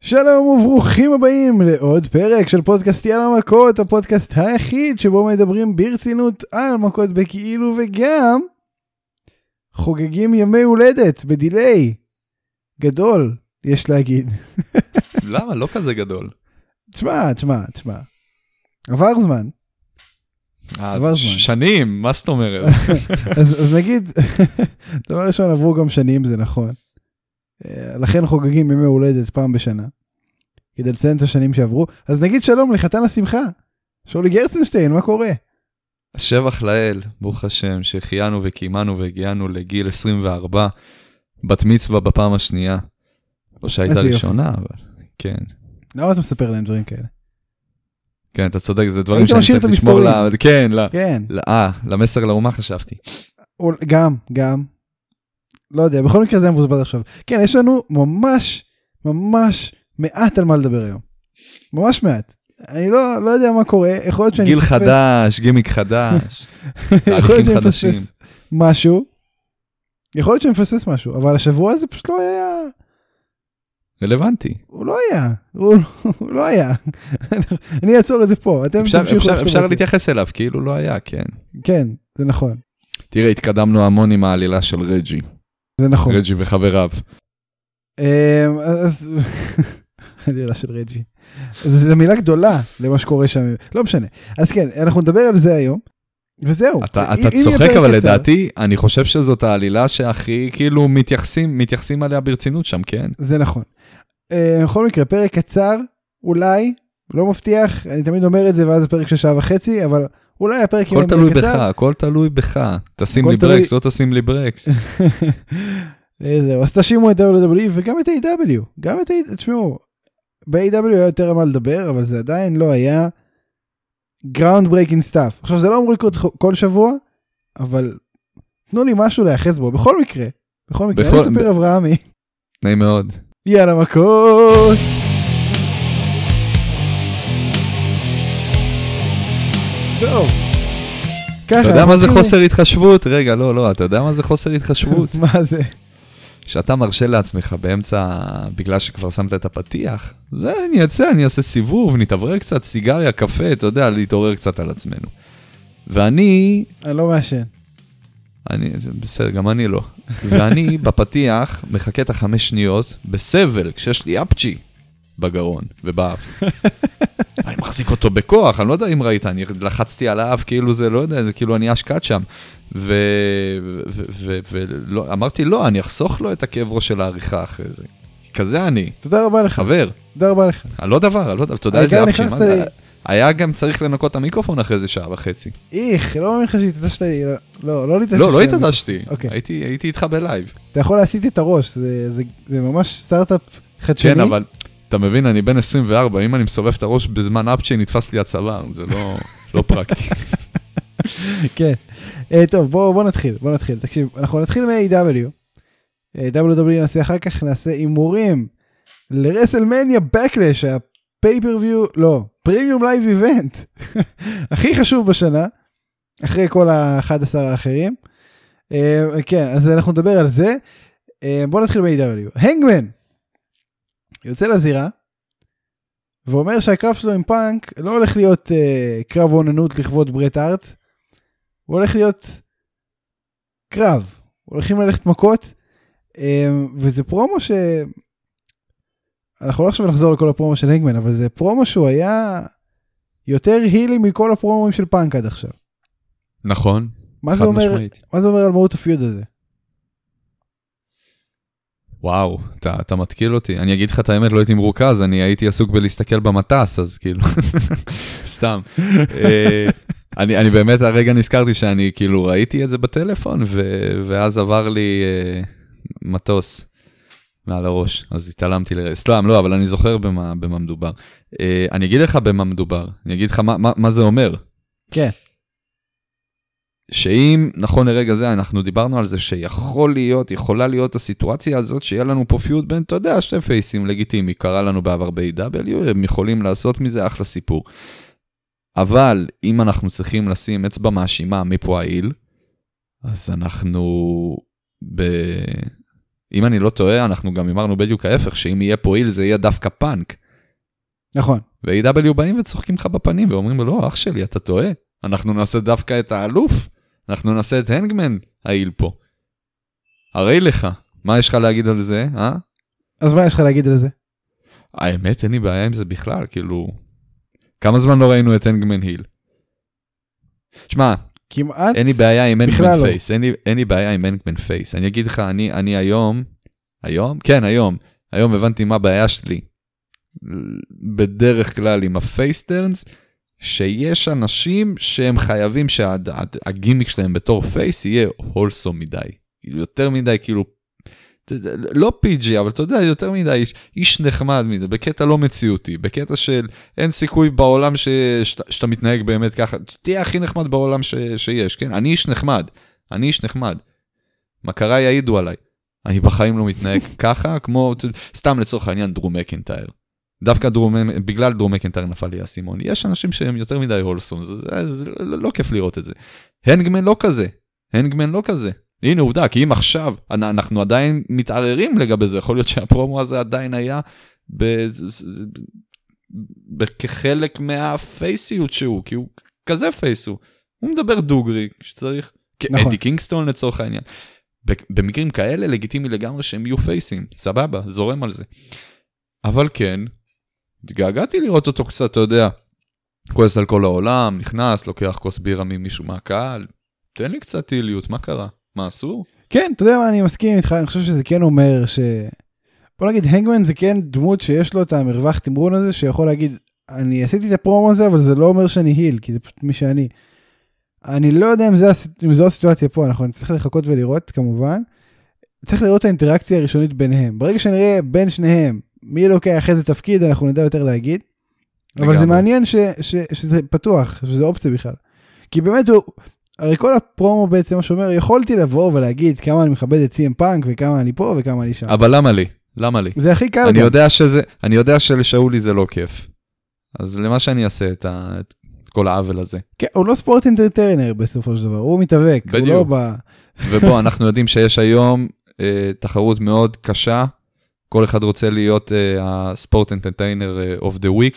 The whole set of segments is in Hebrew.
שלום וברוכים הבאים לעוד פרק של פודקאסט יאללה מכות, הפודקאסט היחיד שבו מדברים ברצינות על מכות בכאילו וגם חוגגים ימי הולדת בדיליי גדול, יש להגיד. למה? לא כזה גדול. תשמע. עבר זמן. שנים, מה זאת אומרת? אז נגיד, דבר ראשון עברו גם שנים, זה נכון. לכן חוגגים ימי הולדת פעם בשנה, כדי לציין את השנים שעברו. אז נגיד שלום לחתן השמחה, שאולי גרצנשטיין, מה קורה? השבח לאל, ברוך השם, שהחיינו וקיימנו והגיענו לגיל 24, בת מצווה בפעם השנייה. לא שהייתה ראשונה, אבל כן. למה אתה מספר להם דברים כאלה? כן, אתה צודק, זה דברים שאני צריך לשמור למסר לאומה חשבתי. גם. לא יודע, בכל מקרה זה מבוזבז עכשיו. כן, יש לנו ממש מעט על מה לדבר היום. ממש מעט. אני לא יודע מה קורה, יכול להיות שאני גיל חדש, גימיק חדש, תאריכים חדשים. משהו, יכול להיות שאני מפספס משהו, אבל השבוע הזה פשוט לא היה... רלוונטי. הוא לא היה. אני אעצור את זה פה. אפשר להתייחס אליו, כאילו לא היה, כן. כן, זה נכון. תראה, התקדמנו המון עם העלילה של רג'י. זה נכון. רג'י וחבריו. אז... עלילה של רג'י. זו מילה גדולה למה שקורה שם. לא משנה. אז כן, אנחנו נדבר על זה היום. וזהו. אתה צוחק, אבל לדעתי, אני חושב שזאת העלילה שהכי כאילו מתייחסים עליה ברצינות שם, כן? זה נכון. בכל מקרה, פרק קצר, אולי, לא מבטיח, אני תמיד אומר את זה, ואז הפרק של שעה וחצי, אבל אולי הפרק יהיה פרק קצר. הכל תלוי בך. תשים לי ברקס, לא תשים לי ברקס. זהו, אז תשימו את WWE וגם את ה-AW. גם את תשמעו, ב-AW היה יותר מה לדבר, אבל זה עדיין לא היה ground breaking stuff. עכשיו, זה לא אמור לקרות כל שבוע, אבל תנו לי משהו להיחס בו. בכל מקרה, אני אספר אברהמי. נעים מאוד. יאללה מכות. טוב. אתה יודע מה זה חוסר התחשבות? רגע, לא, אתה יודע מה זה חוסר התחשבות? מה זה? שאתה מרשה לעצמך באמצע, בגלל שכבר שמת את הפתיח, זה אני אצא, אני אעשה סיבוב, נתעבר קצת, סיגריה, קפה, אתה יודע, להתעורר קצת על עצמנו. ואני... אני לא מעשן. בסדר, גם אני לא. ואני בפתיח מחכה את 5 שניות בסבל, כשיש לי אפצ'י בגרון ובאף. אני מחזיק אותו בכוח, אני לא יודע אם ראית, אני לחצתי על האף, כאילו זה, לא יודע, זה כאילו אני אשקט שם. ואמרתי, לא, אני אחסוך לו את הכאב ראש של העריכה אחרי זה. כזה אני. תודה רבה לך. חבר. תודה רבה לך. לא דבר, תודה איזה אפצ'י. היה גם צריך לנקות את המיקרופון אחרי זה 1.5 שעות. לא מאמין לך שהתעטשתי, לא התעטשתי. לא התעטשתי, הייתי איתך בלייב. אתה יכול להסיט את הראש, זה ממש סטארט-אפ חדשני. כן, אבל אתה מבין, אני בן 24, אם אני מסובב את הראש בזמן אפצ'י, נתפס לי הצוואר, זה לא פרקטי. כן, טוב, בוא נתחיל, תקשיב, אנחנו נתחיל מ-AW, WWE נעשה אחר כך, נעשה אימורים לרסלמניה בקלאש, הפייפריוויו, לא, פרימיום לייב איבנט, הכי חשוב בשנה, אחרי כל ה-11 האחרים, כן, אז אנחנו נדבר על זה, בוא נתחיל מ-AW, הנגמן, יוצא לזירה, ואומר שהקרב שלו עם פאנק, לא הולך להיות קרב עוננות לכבוד ברט הארט, הוא הולך להיות קרב, הולכים ללכת מכות, וזה פרומו אנחנו לא עכשיו נחזור לכל הפרומו של הנגמן, אבל זה פרומו שהוא היה יותר הילי מכל הפרומוים של פאנק עד עכשיו. נכון, מה זה אומר על מהות הפיוד הזה? וואו, אתה מתקיל אותי. אני אגיד לך את האמת, לא הייתי מרוכז, אני הייתי עסוק בלהסתכל במטס, אז כאילו, סתם. אני באמת הרגע נזכרתי שאני כאילו ראיתי את זה בטלפון, ואז עבר לי מטוס מעל הראש, אז התעלמתי סתם, לא, אבל אני זוכר במה מדובר. אני אגיד לך במה מדובר, אני אגיד לך מה זה אומר. כן. שאם, נכון לרגע זה, אנחנו דיברנו על זה יכולה להיות הסיטואציה הזאת, שיהיה לנו פה פיוד בין, אתה יודע, 2 פייסים לגיטימי, קרה לנו בעבר ב-AW, הם יכולים לעשות מזה אחלה סיפור. אבל אם אנחנו צריכים לשים אצבע מאשימה מפה העיל, אז אנחנו אם אני לא טועה, אנחנו גם אמרנו בדיוק ההפך, שאם יהיה פה היל, זה יהיה דווקא פאנק. נכון. ו-AW באים וצוחקים לך בפנים, ואומרים לו, לא, אח שלי, אתה טועה. אנחנו נעשה דווקא את האלוף, אנחנו נעשה את הנגמן ההיל פה. הרי לך, מה יש לך להגיד על זה, אה? אז מה יש לך להגיד על זה? האמת, אין לי בעיה עם זה בכלל, כאילו... כמה זמן לא ראינו את הנגמן היל? תשמע, כמעט אין לי בעיה עם הנגמן לא. פייס, אין לי בעיה עם הנגמן פייס. אני אגיד לך, אני היום? כן, היום הבנתי מה הבעיה שלי. בדרך כלל עם הפייסטרנס, שיש אנשים שהם חייבים שהגימיק שלהם בתור פייס יהיה הולסום מדי. יותר מדי, כאילו, לא PG, אבל אתה יודע, יותר מדי, איש נחמד מדי, בקטע לא מציאותי, בקטע של אין סיכוי בעולם שאתה מתנהג באמת ככה, תהיה הכי נחמד בעולם שיש, כן? אני איש נחמד. מכריי יעידו עליי. אני בחיים לא מתנהג ככה, כמו, סתם לצורך העניין, דרו מקינטייר. דווקא בגלל דרו מקינטייר נפל לי הסימון. יש אנשים שהם יותר מדי הולסום, זה לא כיף לראות את זה. הנגמן לא כזה. הנה עובדה, כי אם עכשיו אנחנו עדיין מתערערים לגבי זה, יכול להיות שהפרומו הזה עדיין היה כחלק מהפייסיות שהוא, כי הוא כזה פייסו. הוא מדבר דוגרי שצריך, אדי קינגסטון לצורך העניין. במקרים כאלה לגיטימי לגמרי שהם יהיו פייסים, סבבה, זורם על זה. אבל כן, התגעגעתי לראות אותו קצת, אתה יודע, כועס על כל העולם, נכנס, לוקח כוס בירה ממישהו מהקהל, תן לי קצת היליות, מה קרה? מה אסור? כן, אתה יודע מה, אני מסכים איתך, אני חושב שזה כן אומר בוא נגיד, הנגמן זה כן דמות שיש לו את המרווח תמרון הזה, שיכול להגיד, אני עשיתי את הפרומו הזה, אבל זה לא אומר שאני היל, כי זה פשוט מי שאני. אני לא יודע אם זו הסיטואציה פה, אנחנו נצטרך לחכות ולראות, כמובן. צריך לראות את האינטראקציה הראשונית ביניהם. ברגע שנראה בין שניהם, מי לוקח איזה תפקיד, אנחנו נדע יותר להגיד. אבל זה מעניין שזה פתוח, שזה אופציה בכלל. כי באמת הרי כל הפרומו בעצם מה שאומר, יכולתי לבוא ולהגיד כמה אני מכבד את CM פאנק, וכמה אני פה וכמה אני שם. אבל למה לי? זה הכי קל. אני יודע שלשאולי זה לא כיף. אז למה שאני אעשה את כל העוול הזה? כן, הוא לא ספורט אנטרטיינר בסופו של דבר, הוא מתאבק. בדיוק. ובוא, אנחנו יודעים שיש היום תחרות מאוד קשה, כל אחד רוצה להיות הספורט אנטרטיינר of the week,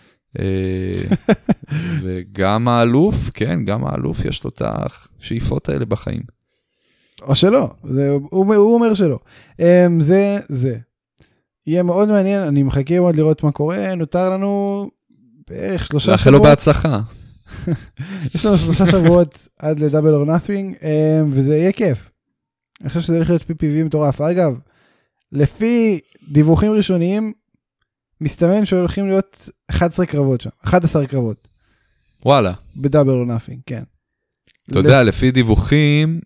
וגם האלוף, כן, גם האלוף יש לו את השאיפות האלה בחיים. או שלא, הוא אומר שלא. זה. יהיה מאוד מעניין, אני מחכה מאוד לראות מה קורה, נותר לנו בערך 3 שבועות. לאחל לו בהצלחה. יש לנו 3 שבועות עד לדאבל אור נאט'ינג, וזה יהיה כיף. אני חושב שזה הולך להיות PPV מטורף. אגב, לפי דיווחים ראשוניים, מסתמן שהולכים להיות 11 קרבות שם, 11 קרבות. וואלה. בדאבל אור נאט'ינג, כן. אתה יודע, לפי דיווחים,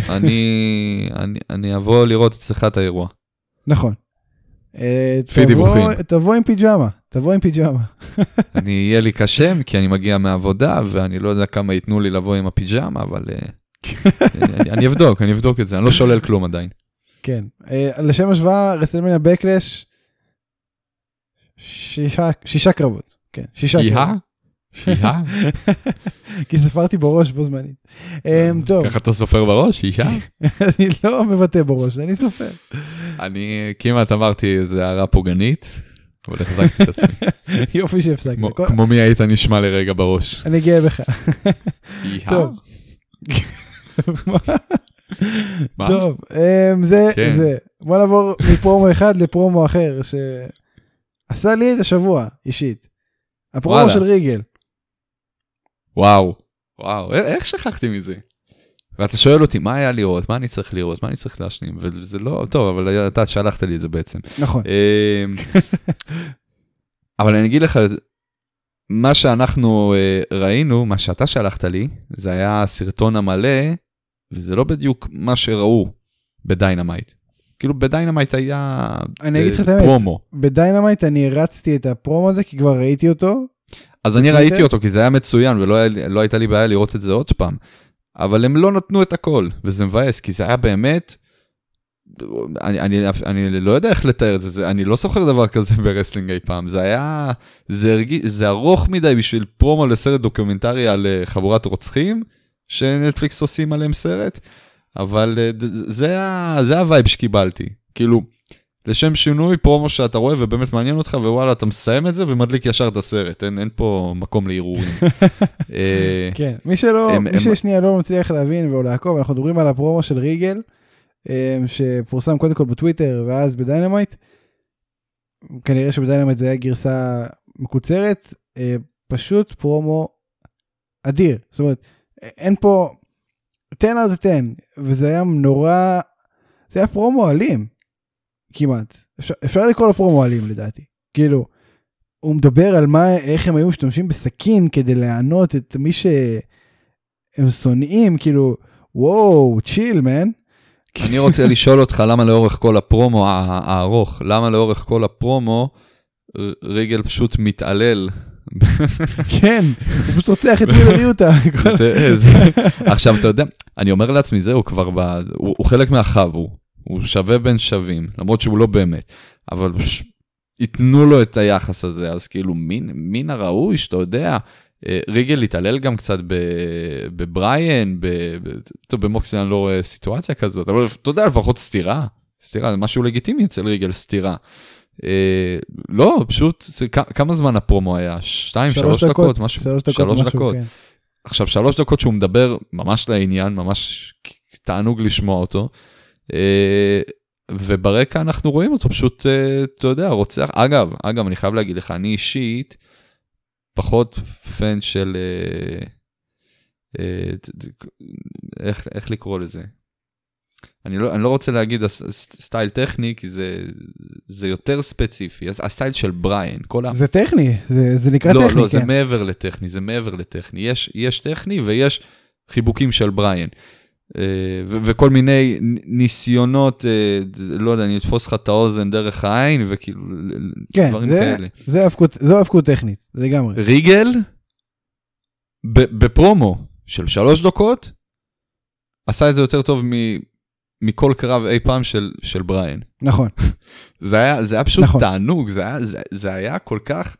אני אבוא לראות אצלך את האירוע. נכון. לפי דיווחים. תבוא עם פיג'מה. יהיה לי קשה, כי אני מגיע מהעבודה, ואני לא יודע כמה ייתנו לי לבוא עם הפיג'מה, אבל אני אבדוק את זה, אני לא שולל כלום עדיין. כן. לשם השוואה, רסלמניה בקלאש, 6 קרבות. כן, 6 קרבות. שישה? כי ספרתי בראש בו זמנית. טוב. ככה אתה סופר בראש? שישה? אני לא מבטא בראש, אני סופר. אני כמעט אמרתי איזה הערה פוגענית, אבל החזקתי את עצמי. יופי שהפסקתי. כמו מי היית נשמע לרגע בראש. אני גאה בך. טוב. טוב, זה. בוא נעבור מפרומו אחד לפרומו אחר, שעשה לי את השבוע, אישית. הפרומו של ריגל. וואו, איך שכחתי מזה? ואתה שואל אותי, מה היה לראות? מה אני צריך לראות? מה אני צריך להשנים? וזה לא טוב, אבל אתה שלחת לי את זה בעצם. נכון. אבל אני אגיד לך, מה שאנחנו ראינו, מה שאתה שלחת לי, זה היה הסרטון המלא, וזה לא בדיוק מה שראו בדיינמייט. כאילו בדיינמייט היה פרומו. בדיינמייט אני הרצתי את הפרומו הזה, כי כבר ראיתי אותו. אז אני ראיתי אותו, כי זה היה מצוין, ולא הייתה לי בעיה לראות את זה עוד פעם. אבל הם לא נתנו את הכל, וזה מבאס, כי זה היה באמת, אני לא יודע איך לתאר את זה, אני לא זוכר דבר כזה ברסלינג אי פעם, זה ארוך מדי בשביל פרומו לסרט דוקומנטרי על חבורת רוצחים, שנטפליקס עושים עליהם סרט, אבל זה הווייב שקיבלתי. כאילו, לשם שינוי פרומו שאתה רואה ובאמת מעניין אותך, ווואלה, אתה מסיים את זה ומדליק ישר את הסרט, אין פה מקום לערעורים. כן, מי ששנייה לא מצליח להבין או לעקוב, אנחנו מדברים על הפרומו של ריגל, שפורסם קודם כל בטוויטר ואז בדיינמייט, כנראה שבדיינמייט זה היה גרסה מקוצרת, פשוט פרומו אדיר, זאת אומרת, אין פה 10 out of 10, וזה היה נורא, זה היה פרומו אלים, כמעט, אפשר לקרוא לו פרומו אלים לדעתי, כאילו, הוא מדבר על איך הם היו משתמשים בסכין, כדי לענות את מי שהם שונאים, כאילו, וואו, צ'יל, מן. אני רוצה לשאול אותך, למה לאורך כל הפרומו הארוך, למה לאורך כל הפרומו, ריגל פשוט מתעלל. כן, הוא פשוט רוצח את ריגל ריוטה. עכשיו, אתה יודע, אני אומר לעצמי, זהו, הוא חלק מהחב, הוא שווה בין שווים, למרות שהוא לא באמת, אבל ייתנו לו את היחס הזה, אז כאילו, מין הראוי, שאתה יודע, ריגל התעלל גם קצת בבריין, במוקסלי אני לא רואה סיטואציה כזאת, אבל אתה יודע, לפחות סתירה, זה משהו לגיטימי אצל ריגל, סתירה. לא, פשוט, כמה זמן הפרומו היה? 2-3 דקות, משהו, 3 דקות. עכשיו, 3 דקות שהוא מדבר ממש לעניין, ממש תענוג לשמוע אותו, וברקע אנחנו רואים אותו, פשוט, אתה יודע, רוצח. אגב, אני חייב להגיד לך, אני אישית, פחות פן של, איך לקרוא לזה? אני לא רוצה להגיד סטייל טכני, כי זה יותר ספציפי, הסטייל של בריין. זה טכני, זה נקרא טכני. לא, זה מעבר לטכני, יש טכני ויש חיבוקים של בריין. וכל מיני ניסיונות, לא יודע, אני אתפוס לך את האוזן דרך העין, וכאילו, דברים כאלה. זו הפקות טכנית, זה לגמרי. ריגל, בפרומו של 3 דקות, עשה את זה יותר טוב מכל קרב אי פעם של בריין. נכון. זה היה פשוט תענוג, זה היה כל כך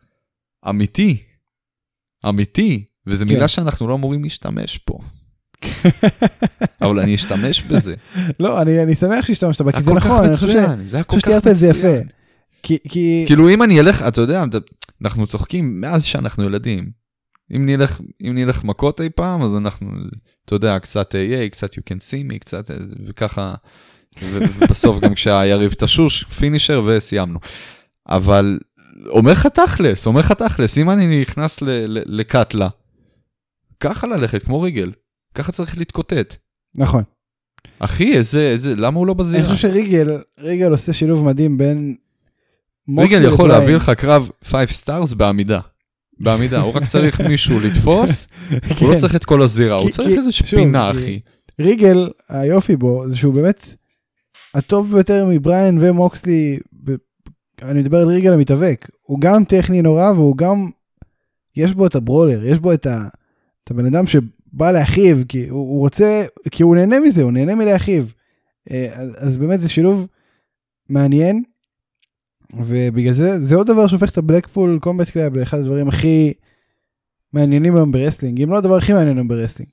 אמיתי, וזו מילה שאנחנו לא אמורים להשתמש פה. אבל אני אשתמש בזה. לא, אני שמח שהשתמשת בה, כי זה נכון, אני חושב שתיארת את זה יפה. כאילו אם אני אלך, אתה יודע, אנחנו צוחקים מאז שאנחנו ילדים. אם נלך מכות אי פעם, אז אנחנו, אתה יודע, קצת AA, קצת you can see me, קצת, וככה, ובסוף גם כשהיריב תשוש, פינישר וסיימנו. אבל אומר לך תכלס, אם אני נכנס לקטלה, ככה ללכת, כמו ריגל. ככה צריך להתקוטט. נכון. אחי, למה הוא לא בזירה? אני חושב שריגל עושה שילוב מדהים בין... ריגל יכול להביא לך קרב 5 סטארס בעמידה. הוא רק צריך מישהו לתפוס, הוא לא צריך את כל הזירה, הוא צריך איזה שפינה, אחי. ריגל, היופי בו, זה שהוא באמת הטוב ביותר מבריין ומוקסלי, אני מדבר על ריגל המתאבק, הוא גם טכני נורא, והוא גם, יש בו את הברולר, יש בו את הבן אדם בא להחיב, כי הוא רוצה, כי הוא נהנה מזה, הוא נהנה מלהחיב. אז באמת זה שילוב מעניין, ובגלל זה, זה עוד דבר שהופך את הבלקפול קומבט קלאב לאחד הדברים הכי מעניינים היום ברסלינג, אם לא הדבר הכי מעניין היום ברסלינג.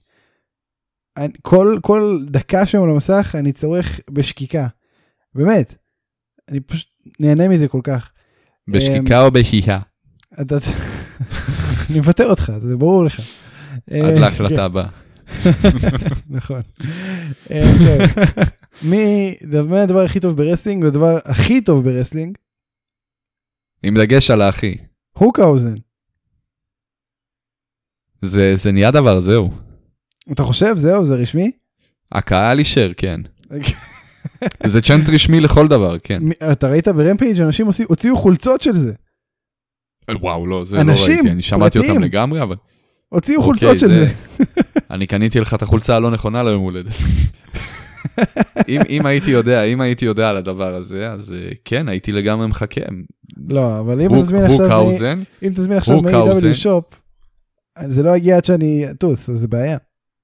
כל דקה שם על המסך, אני צורך בשקיקה. באמת. אני פשוט נהנה מזה כל כך. בשקיקה או בשישה? אני מוותר אותך, זה ברור לך. עד להחלטה הבאה. נכון. מהדבר הכי טוב ברסלינג לדבר הכי טוב ברסלינג. עם דגש על האחי. הוקהאוזן. זה נהיה דבר, זהו. אתה חושב, זהו, זה רשמי? הקהל אישר, כן. זה צ'נט רשמי לכל דבר, כן. אתה ראית ברמפייג' אנשים הוציאו חולצות של זה. וואו, לא, זה לא ראיתי. אני שמעתי אותם לגמרי, אבל... הוציאו חולצות של זה. אני קניתי לך את החולצה הלא נכונה ליום הולדת. אם הייתי יודע על הדבר הזה, אז כן, הייתי לגמרי מחכה. לא, אבל אם תזמין עכשיו מ-AW שופ, זה לא הגיע עד שאני אטוס, אז זה בעיה.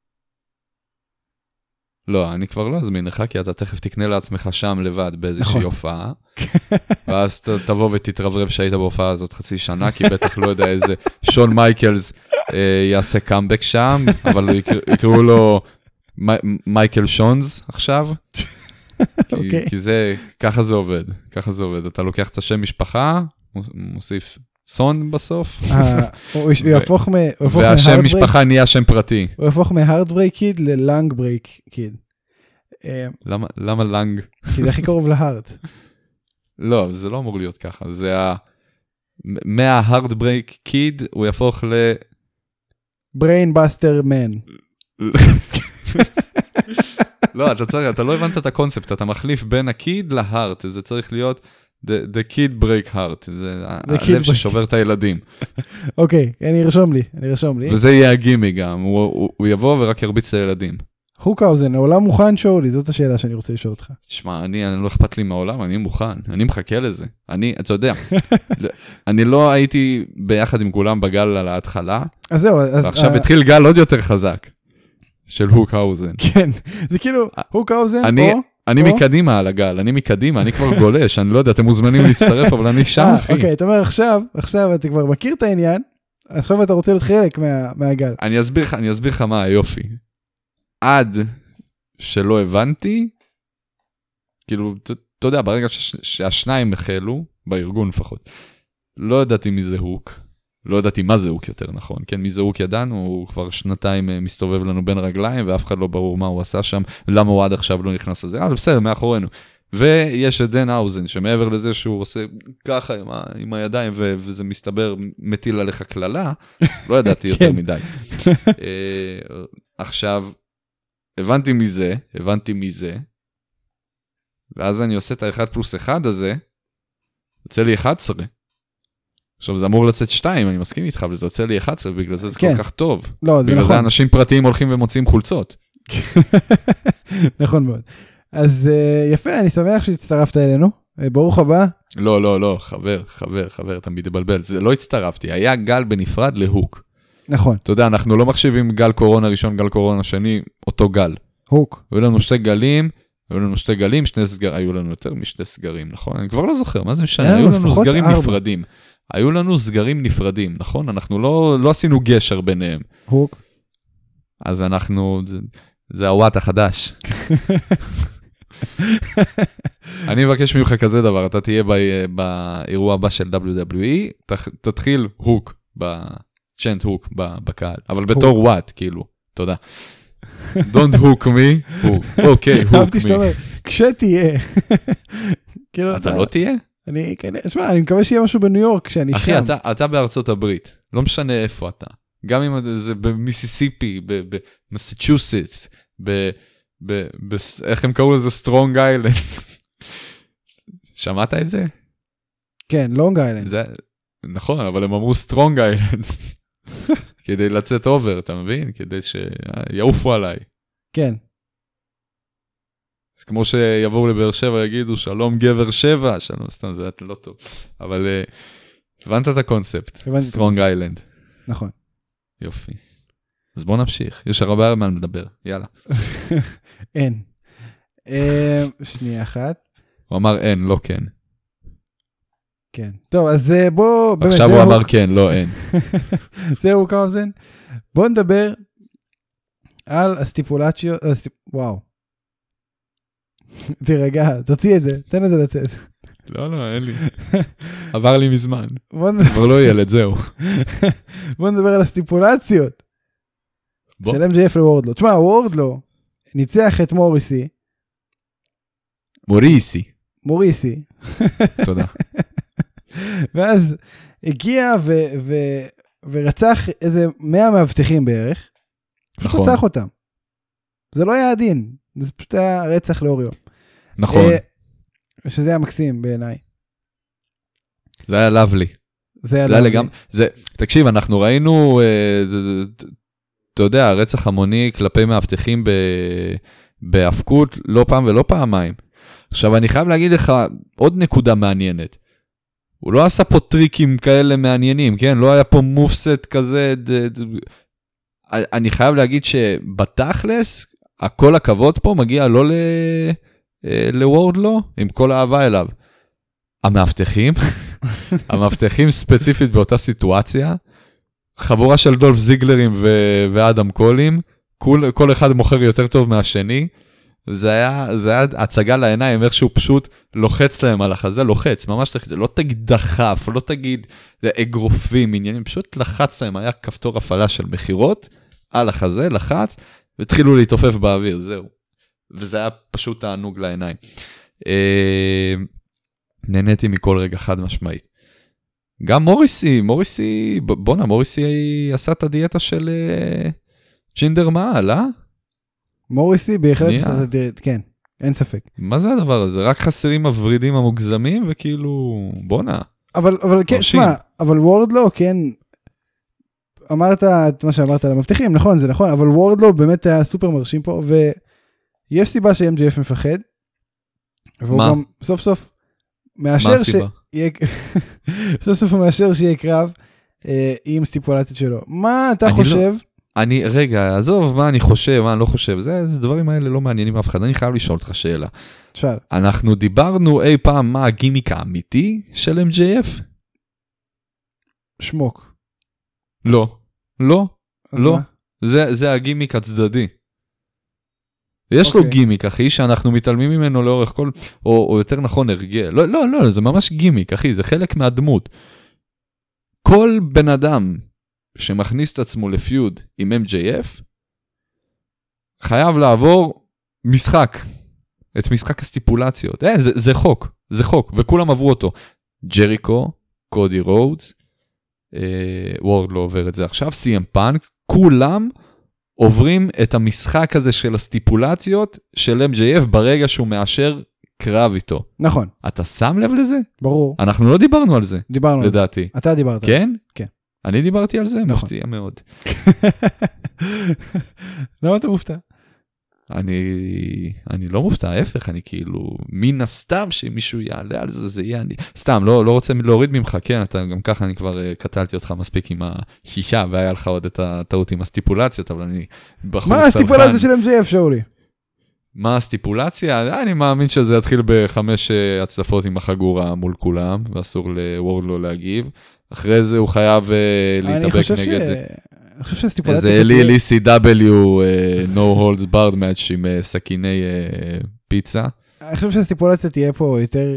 לא, אני כבר לא אזמין לך, כי אתה תכף תקנה לעצמך שם לבד באיזושהי הופעה, ואז תבוא ותתרברב שהיית בהופעה הזאת חצי שנה, כי בטח לא יודע איזה שון מייקלס יעשה קאמבק שם, אבל יקראו לו מייקל שונס עכשיו, כי זה, ככה זה עובד, ככה זה עובד. אתה לוקח את השם משפחה, מוסיף סון בסוף. הוא יהפוך והשם משפחה נהיה שם פרטי. הוא יהפוך מהארדברייק קיד ללנגברייק קיד. למה לנג? כי זה הכי קרוב להארט. לא, זה לא אמור להיות ככה. זה מההארדברייק קיד הוא יהפוך ל... brain buster man. לא, אתה לא הבנת את הקונספט, אתה מחליף בין הקיד להארט, זה צריך להיות the kid break heart, זה הלב ששובר את הילדים. אוקיי, אני ארשום לי. וזה יהיה הגימי גם, הוא יבוא ורק ירביץ לילדים. הוקהאוזן, העולם מוכן שאולי, זאת השאלה שאני רוצה לשאול אותך. תשמע, אני לא אכפת לי מהעולם, אני מוכן, אני מחכה לזה. אתה יודע, אני לא הייתי ביחד עם כולם בגל על ההתחלה, אז זהו, ועכשיו התחיל גל עוד יותר חזק, של הוקהאוזן. כן, זה כאילו, הוקהאוזן או... אני מקדימה על הגל, אני כבר גולש, אני לא יודע, אתם מוזמנים להצטרף, אבל אני שם, אחי. אוקיי, אתה אומר עכשיו אתה כבר מכיר את העניין, עכשיו אתה רוצה להיות חלק מהגל. אני אסביר לך מה היופי. עד שלא הבנתי, כאילו, אתה יודע, ברגע שהשניים החלו, בארגון לפחות, לא ידעתי מי זה הוק, לא ידעתי מה זה הוק יותר נכון, כן, מי זה הוק ידענו, הוא כבר שנתיים מסתובב לנו בין רגליים, ואף אחד לא ברור מה הוא עשה שם, למה הוא עד עכשיו לא נכנס לזה, אבל בסדר, מאחורינו. ויש את דן האוזן, שמעבר לזה שהוא עושה ככה עם הידיים, וזה מסתבר מטיל עליך כללה, לא ידעתי יותר מדי. עכשיו, הבנתי מזה, ואז אני עושה את ה1+1 הזה, יוצא לי 11. עכשיו זה אמור לצאת 2, אני מסכים איתך, וזה יוצא לי 11, ובגלל זה זה כל כך טוב. לא, זה בגלל נכון. זה אנשים פרטיים הולכים ומוצאים חולצות. נכון מאוד. אז יפה, אני שמח שהצטרפת אלינו. ברוך הבא. לא, חבר, אתה מתבלבל. זה לא הצטרפתי, היה גל בנפרד להוק. נכון. אתה יודע, אנחנו לא מחשיבים גל קורונה ראשון, גל קורונה שני, אותו גל. הוק. היו לנו שתי גלים, שני סגרים, היו לנו יותר משתי סגרים, נכון? אני כבר לא זוכר, מה זה משנה? היו לנו סגרים נפרדים. היו לנו סגרים נפרדים, נכון? אנחנו לא עשינו גשר ביניהם. הוק. אז אנחנו, זה הוואט החדש. אני מבקש ממך כזה דבר, אתה תהיה באירוע הבא של WWE, תתחיל הוק, צ'נט הוק בקהל, אבל בתור וואט, כאילו, תודה. Don't hook me, אוקיי, hook me. אהבתי שאתה אומר, כשתהיה. אתה לא תהיה? שמע, אני מקווה שיהיה משהו בניו יורק כשאני שם. אחי, אתה בארצות הברית, לא משנה איפה אתה. גם אם זה במיסיסיפי, במסצ'וסטס, איך הם קראו לזה? סטרונג איילנד. שמעת את זה? כן, לונג איילנד. נכון, אבל הם אמרו סטרונג איילנד. כדי לצאת אובר, אתה מבין? כדי שיעופו עליי. כן. אז כמו שיבואו לבאר שבע, יגידו, שלום גבר שבע, שלום, סתם, זה לא טוב. אבל הבנת את הקונספט, סטרונג איילנד. נכון. יופי. אז בוא נמשיך, יש הרבה מה לדבר, יאללה. אין. שנייה אחת. הוא אמר אין, לא כן. כן. טוב, אז בוא... עכשיו הוא אמר כן, לא אין. זהו קאוזן. בוא נדבר על הסטיפולציות, וואו. תירגע, תוציא את זה, תן את זה לצאת. לא, אין לי. עבר לי מזמן. כבר לא ילד, זהו. בוא נדבר על הסטיפולציות. של MJF לוורדלו. תשמע, וורדלו ניצח את מוריסי. תודה. ואז הגיע ורצח איזה 100 מאבטחים בערך. נכון. רצח אותם. זה לא היה הדין. זה פשוט היה רצח לאור יום. נכון. שזה היה מקסים בעיניי. זה היה לבלי. זה היה לגמרי. תקשיב, אנחנו ראינו, אתה יודע, רצח המוני כלפי מאבטחים בהפקות לא פעם ולא פעמיים. עכשיו, אני חייב להגיד לך עוד נקודה מעניינת. הוא לא עשה פה טריקים כאלה מעניינים, כן? לא היה פה מופסט כזה. אני חייב להגיד שבתכלס, הכל הכבוד פה מגיע לא לוורדלו, עם כל האהבה אליו. המאבטחים ספציפית באותה סיטואציה, חבורה של דולף זיגלרים ואדם קולים, כל אחד מוכר יותר טוב מהשני, זה היה הצגה לעיניים, איך שהוא פשוט לוחץ להם על החזה, לוחץ, ממש לא תגיד דחף, לא תגיד אגרופים, עניינים, פשוט לחץ להם, היה כפתור הפעלה של מחירות, על החזה, לחץ, והתחילו להתעופף באוויר, זהו. וזה היה פשוט תענוג לעיניים. נהניתי מכל רגע חד משמעית. גם מוריסי, בונה, מוריסי עשה את הדיאטה של ג'ינדר מעל, אה? מוריסי בהחלט עשה את הדיאטה, כן, אין ספק. מה זה הדבר הזה? רק חסרים מברידים המוגזמים, וכאילו, בונה. אבל כן, שמה, אבל וורדלו, כן, אמרת את מה שאמרת על המבטיחים, נכון, זה נכון, אבל וורדלו באמת היה סופר מרשים פה, ויש סיבה ש-MJF מפחד, והוא גם סוף סוף מאשר סוף סוף הוא מאשר שיהיה קרב עם סטיפולציות שלו. מה אתה חושב? רגע, עזוב מה אני חושב, מה אני לא חושב, זה דברים האלה לא מעניינים אף אחד, אני חייב לשאול אותך שאלה. שאל. אנחנו דיברנו אי פעם מה הגימיק האמיתי של MJF? שמוק. לא. זה הגימיק הצדדי. יש לו גימיק, אחי, שאנחנו מתעלמים ממנו לאורך כל, או יותר נכון, הרגל. לא, זה ממש גימיק, אחי, זה חלק מהדמות. כל בן אדם שמכניס את עצמו לפיוד עם MJF, חייב לעבור משחק, את משחק הסטיפולציות. זה חוק, וכולם עברו אותו. ג'ריקו, קודי רודס, וורד לא עובר את זה עכשיו, CM פאנק, כולם עוברים את המשחק הזה של הסטיפולציות של MJF ברגע שהוא מאשר קרב איתו. נכון. אתה שם לב לזה? ברור. אנחנו לא דיברנו על זה. דיברנו על זה. לדעתי. אתה דיברת. כן? כן. אני דיברתי על זה? נכון. מפתיע מאוד. למה אתה מופתע? אני לא מופתע, ההפך, אני כאילו, מן הסתם שמישהו יעלה על זה, זה יהיה אני. סתם, לא רוצה להוריד ממך, כן, אתה גם ככה, אני כבר קטלתי אותך מספיק עם השישה, והיה לך עוד את הטעות עם הסטיפולציות, אבל אני בחור סלחן. מה הסטיפולציה של MJF, שאולי? מה הסטיפולציה? אני מאמין שזה יתחיל ב5 הצלפות עם החגורה מול כולם, ואסור לוורדלו להגיב. אחרי זה הוא חייב להתאבק נגד... אני חושב שהסטיפולציה... איזה LCW, no holds barred match עם סכיני פיצה. אני חושב שהסטיפולציה תהיה פה יותר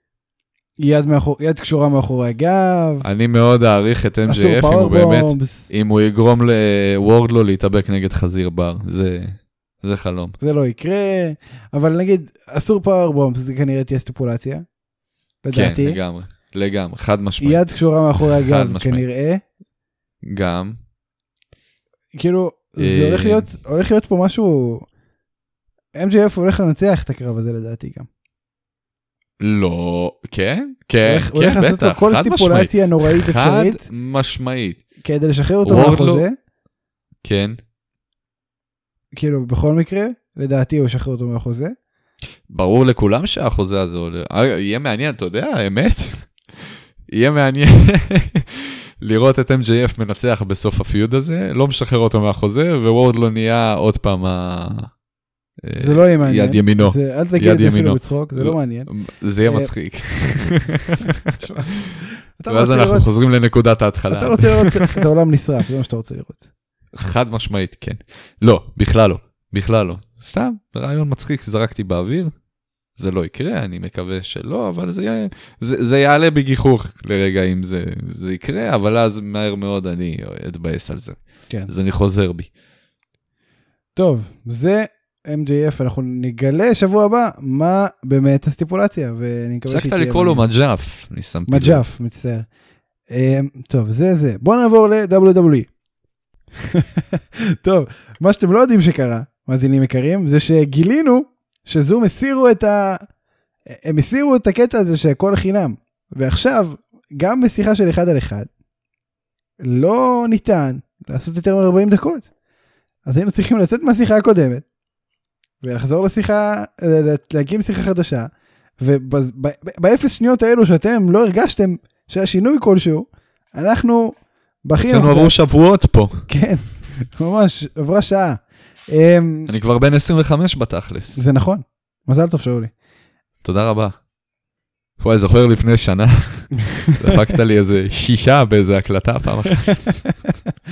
יד קשורה מאחורי הגב. אני מאוד אעריך את MJF אם הוא יגרום לוורדלו להתאבק נגד חזיר בר. זה חלום. זה לא יקרה, אבל נגיד, אסור פאוורבומבס, זה כנראה תהיה סטיפולציה. לדעתי. כן, לגמרי, חד משמעית. יד קשורה מאחורי הגב, כנראה. גם. כאילו, זה הולך להיות פה משהו, MJF הולך לנצח את הקרב הזה לדעתי גם. לא, כן, הולך לעשות לו כל סטיפולציה נוראית אפשרית. חד משמעית. כדי לשחרר אותו מהחוזה. כן. כאילו, בכל מקרה, לדעתי הוא ישחרר אותו מהחוזה. ברור לכולם שהחוזה הזה עולה. יהיה מעניין, אתה יודע, האמת. יהיה מעניין לראות את MJF מנצח בסוף הפיוד הזה, לא משחרר אותו מהחוזה, וורד לא נהיה עוד פעם זה לא יהיה מעניין. יד ימינו. אל תגיד את זה אפילו בצחוק, זה לא מעניין. זה יהיה מצחיק. ואז אנחנו חוזרים לנקודת ההתחלה. אתה רוצה לראות את העולם נשרף, זה מה שאתה רוצה לראות. חד משמעית, כן. לא, בכלל לא. סתם, רעיון מצחיק שזרקתי באוויר. זה לא יקרה, אני מקווה שלא, אבל זה יעלה בגיחוך לרגע אם זה יקרה, אבל אז מהר מאוד אני אתבאס על זה. כן. אז אני חוזר בי. טוב, זה MJF, אנחנו נגלה שבוע הבא מה באמת הסטיפולציה, ואני מקווה הפסקת לקרוא לו מג'ף, אני שמתי לב. מג'ף, מצטער. טוב, זה. בואו נעבור ל-WWE. טוב, מה שאתם לא יודעים שקרה, מאזינים יקרים, זה שגילינו שזום הם הסירו את הקטע הזה שהכל חינם, ועכשיו, גם בשיחה של 1 על 1, לא ניתן לעשות יותר מ-40 דקות. אז היינו צריכים לצאת מהשיחה הקודמת, ולחזור לשיחה, להקים שיחה חדשה, ובאפס שניות האלו שאתם לא הרגשתם שהשינוי כלשהו, אנחנו בכינו. אצלנו עברו שבועות פה. כן, ממש, עברה שעה. אני כבר בן 25 בתכלס. זה נכון, מזל טוב שאולי. תודה רבה. וואי, זוכר לפני שנה, דפקת לי איזה 6 באיזה הקלטה פעם אחת.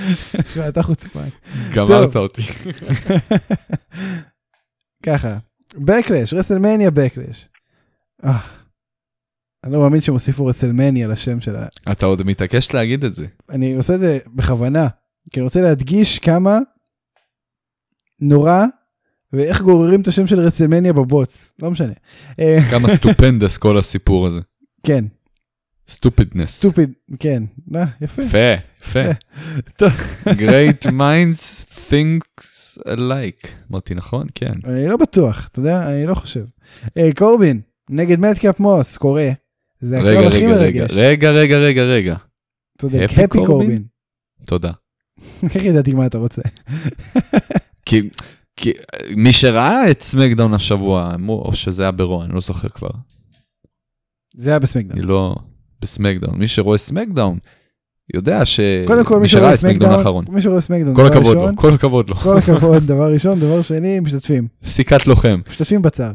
שמע, אתה חוצפן. גמרת אותי. ככה, בקלש, רסלמניה בקלש. אני לא מאמין שהם הוסיפו רסלמניה לשם שלה. אתה עוד מתעקש להגיד את זה. אני עושה את זה בכוונה, כי אני רוצה להדגיש כמה נורא, ואיך גוררים את השם של רסלמניה בבוץ. לא משנה. כמה סטופנדס כל הסיפור הזה. כן. סטופידנס. כן. יפה. יפה. Great minds thinks alike. אמרתי נכון? כן. אני לא בטוח, אתה יודע, אני לא חושב. קורבין, נגד מדקאפ מוס, קורא. זה הקרב הכי מרגש. רגע. צודק, הפי קורבין. תודה. איך ידעתי מה אתה רוצה? כי מי שראה את סמקדאון השבוע, או שזה היה ברוע, אני לא זוכר כבר. זה היה בסמקדאון. אני לא בסמקדאון. מי שרואה סמקדאון, יודע קודם כל, מי שראה את סמקדאון האחרון. מי שרואה סמקדאון, כל הכבוד לו, כל הכבוד לו. כל הכבוד, דבר ראשון, דבר שני, משתתפים. סיכת לוחם. משתתפים בצער.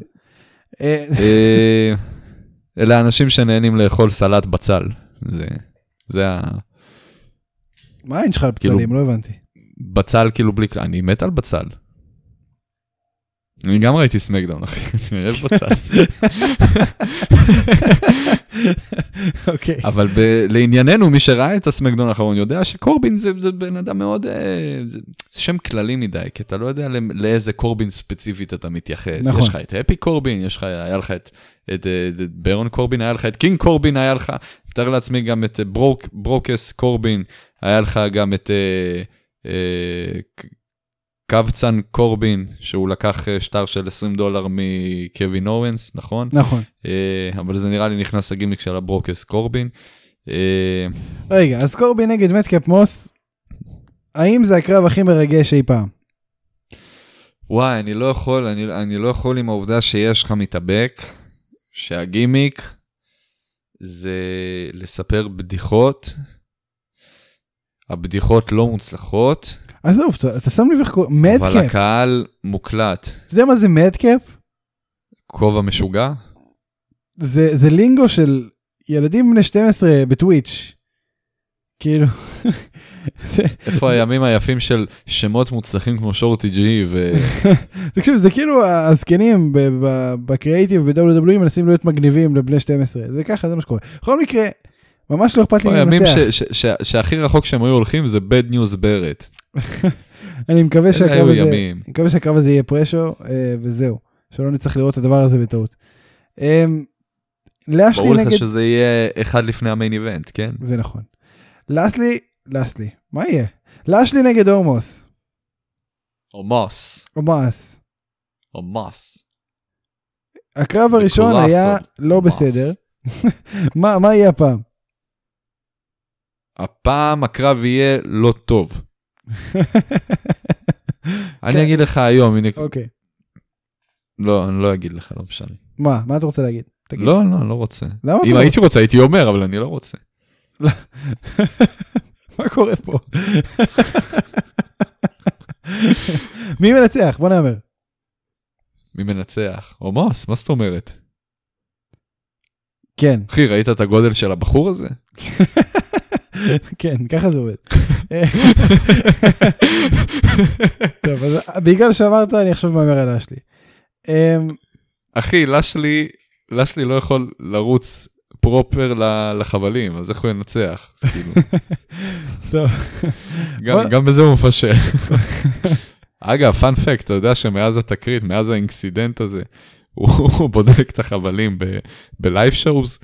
אלה האנשים שנהנים לאכול סלט בצל. זה ה... מה אין שלך על בצלים? לא הבנתי. בצל כאילו בלי... אני מת על בצל. אני גם ראיתי סמקדאון, אחי. אני אוהב בצל. אוקיי. אבל לענייננו, מי שראה את הסמקדאון האחרון יודע שקורבין זה בן אדם מאוד... זה שם כללי מדי, כי אתה לא יודע לאיזה קורבין ספציפית אתה מתייחס. נכון. יש לך את הפי קורבין, היה לך את ברון קורבין, היה לך את קינג קורבין, היה לך... מתאר לעצמי גם את ברוקס קורבין, היה לך גם את... קבצן קורבין, שהוא לקח שטר של $20 מקווין אורנס, נכון? נכון. אבל זה נראה לי נכנס לגימיק של הברוקס קורבין. רגע, אז קורבין נגד מדקאפ מוס, האם זה הקרב הכי מרגש אי פעם? וואי, אני לא יכול עם העובדה שיש לך מתאבק, שהגימיק זה לספר בדיחות, הבדיחות לא מוצלחות, עזוב, אתה שם לי וחקור, מדקאפ. אבל הקהל מוקלט. אתה יודע מה זה מדקאפ? כובע משוגע? זה לינגו של ילדים בני 12 בטוויץ'. כאילו. איפה הימים היפים של שמות מוצלחים כמו שורטי ג'י ו... תקשיב, זה כאילו הזקנים בקריאייטיב ב-WWE מנסים להיות מגניבים לבני 12. זה ככה, זה מה שקורה. בכל מקרה, ממש לא אכפת לי הימים שהכי רחוק שהם היו הולכים זה bad news ברט. אני מקווה שהקרב הזה יהיה פרשו, וזהו. שלא נצטרך לראות את הדבר הזה בטעות. ברור לך שזה יהיה אחד לפני המיין איבנט, כן? זה נכון. לאסלי, מה יהיה? לאסלי נגד אורמוס. אורמוס. הקרב הראשון היה לא בסדר. מה יהיה הפעם? הפעם הקרב יהיה לא טוב. אני אגיד לך היום. אוקיי. לא, אני לא אגיד לך, לא משנה. מה אתה רוצה להגיד? לא, אני לא רוצה. למה אם הייתי רוצה, הייתי אומר, אבל אני לא רוצה. מה קורה פה? מי מנצח? בוא נאמר. מי מנצח? אורמוס, מה זאת אומרת? כן. אחי, ראית את הגודל של הבחור הזה? כן, ככה זה עובד. טוב, אז בגלל שאמרת, אני עכשיו מאמר על לאשלי. אחי, לאשלי לא יכול לרוץ פרופר לחבלים, אז איך הוא ינצח? טוב. גם בזה הוא מפשל. אגב, פאנ פקט, אתה יודע שמאז התקרית, מאז האינקסידנט הזה, הוא בודק את החבלים בלייב שואוז.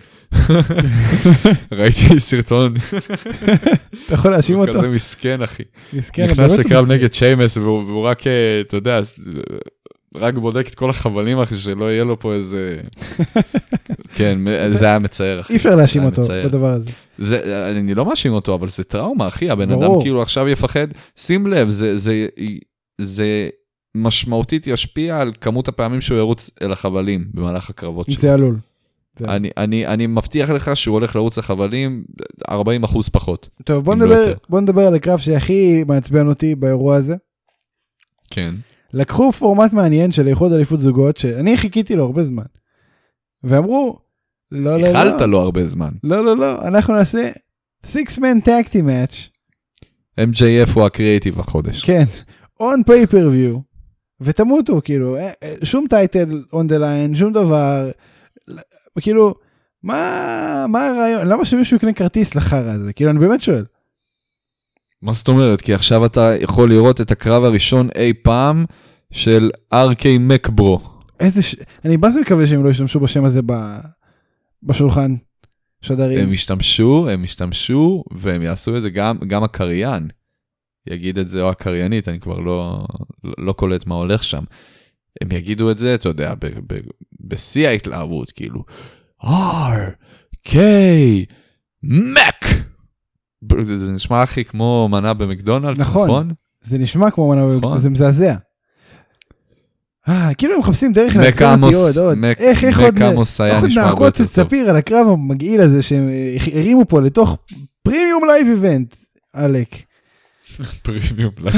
ראיתי סרטון. אתה יכול להאשים אותו? הוא כזה מסכן, אחי. נכנס לקרב נגד שיימס, והוא רק, אתה יודע, רק בודק את כל החבלים, אחי, שלא יהיה לו פה איזה... כן, זה היה מצער, אחי. אי אפשר להאשים אותו בדבר הזה. אני לא מאשים אותו, אבל זה טראומה, אחי. הבן אדם כאילו עכשיו יפחד. שים לב, זה משמעותית ישפיע על כמות הפעמים שהוא ירוץ אל החבלים במהלך הקרבות שלו. זה עלול. אני מבטיח לך שהוא הולך לרוץ לחבלים 40% פחות. טוב, בוא נדבר על הקרב שהכי מעצבן אותי באירוע הזה. כן. לקחו פורמט מעניין של איחוד אליפות זוגות, שאני חיכיתי לו הרבה זמן. ואמרו, לא. איחלת לו הרבה זמן. לא, אנחנו נעשה 6-man tag team match. MJF הוא הקריאיטיב החודש. כן. on pay-per-view. ותמותו, כאילו, שום טייטל on the line, שום דבר, כאילו, מה הרעיון? למה שמישהו יקנה כרטיס לחרא הזה? כאילו, אני באמת שואל. מה זאת אומרת? כי עכשיו אתה יכול לראות את הקרב הראשון אי פעם של RK מקברו. אני בזה מקווה שהם לא ישתמשו בשם הזה בשולחן שדרים. הם ישתמשו, והם יעשו את זה גם הקריין. יגיד את זה או הקריינית, אני כבר לא קולט מה הולך שם. הם יגידו את זה, אתה יודע, בשיא ההתלהבות, כאילו, RK מק! זה נשמע הכי כמו מנה במקדונלדס, נכון? זה נשמע כמו מנה במקדונלדס, זה מזעזע. כאילו הם מחפשים דרך להסביר אותי עוד. איך עוד נעקוץ את ספיר על הקרב המגעיל הזה, שהם הרימו פה לתוך פרימיום לייב איבנט, אלק. פרימיום לייב.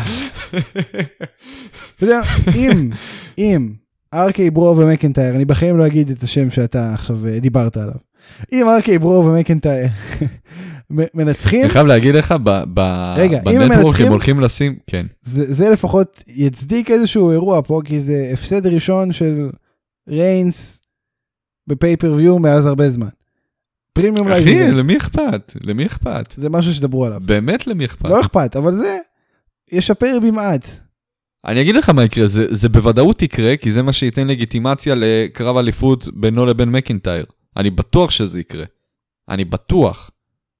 אתה יודע, אם RK ברו ומקנטייר, אני בחיים לא אגיד את השם שאתה עכשיו דיברת עליו. אם RK ברו ומקנטייר מנצחים... אני חייב להגיד לך, בנטוורק הם הולכים לשים, כן. זה לפחות יצדיק איזשהו אירוע פה, כי זה הפסד ראשון של ריינס בפייפריוויו מאז הרבה זמן. פרימיום לייב. אחי, למי אכפת? למי אכפת? זה משהו שדברו עליו. באמת למי אכפת? לא אכפת, אבל זה ישפר במעט. אני אגיד לך מה יקרה, זה בוודאות יקרה, כי זה מה שייתן לגיטימציה לקרב אליפות בינו לבין מקנטייר. אני בטוח שזה יקרה. אני בטוח.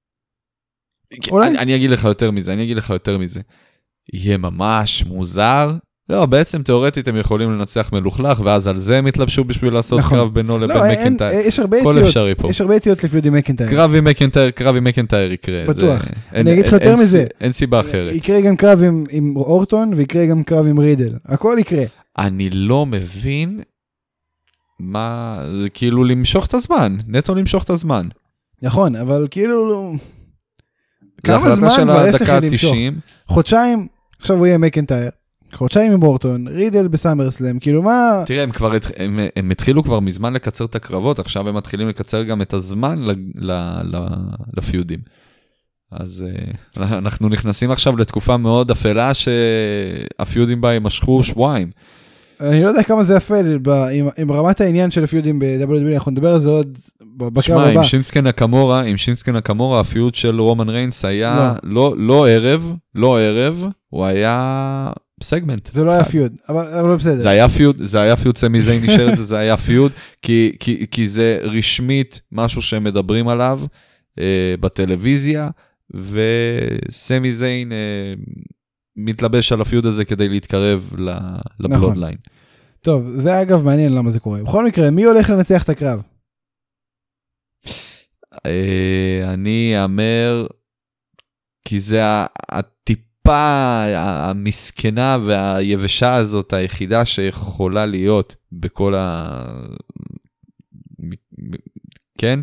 אני אגיד לך יותר מזה. יהיה ממש מוזר. לא, בעצם תיאורטית הם יכולים לנצח מלוכלך, ואז על זה הם התלבשו בשביל לעשות קרב בינו לבין מקנטייר. כל אפשרי פה. יש הרבה יציאות לפיוד עם מקנטייר. קרב עם מקנטייר יקרה. בטוח. אני אגיד לך יותר מזה. אין סיבה אחרת. יקרה גם קרב עם אורטון, ויקרה גם קרב עם רידל. הכל יקרה. אני לא מבין מה, זה כאילו למשוך את הזמן. נטו למשוך את הזמן. נכון, אבל כאילו... כמה זמן כבר יש לך למשוך? חודשיים, עכשיו הוא יהיה מקנטייר. חודשיים עם אורטון, רידל בסאמרסלם, כאילו מה... תראה, הם התחילו כבר מזמן לקצר את הקרבות, עכשיו הם מתחילים לקצר גם את הזמן לפיודים. אז אנחנו נכנסים עכשיו לתקופה מאוד אפלה, שהפיודים בה ימשכו שבועיים. אני לא יודע כמה זה אפל, עם רמת העניין של הפיודים ב-WWE, אנחנו נדבר על זה עוד בקרב הבא. עם שינסקי נקמורה, הפיוד של רומן ריינס היה לא ערב, הוא היה... סגמנט. זה לא היה פיוד, אבל בסדר. זה היה פיוד, סמי זיין נשאר את זה, זה היה פיוד, כי זה רשמית משהו שהם מדברים עליו בטלוויזיה, וסמי זיין מתלבש על הפיוד הזה כדי להתקרב לבלודליין. טוב, זה אגב מעניין למה זה קורה. בכל מקרה, מי הולך לנצח את הקרב? אני אמר, כי זה הטיפ, המסכנה והיבשה הזאת היחידה שיכולה להיות בכל כן?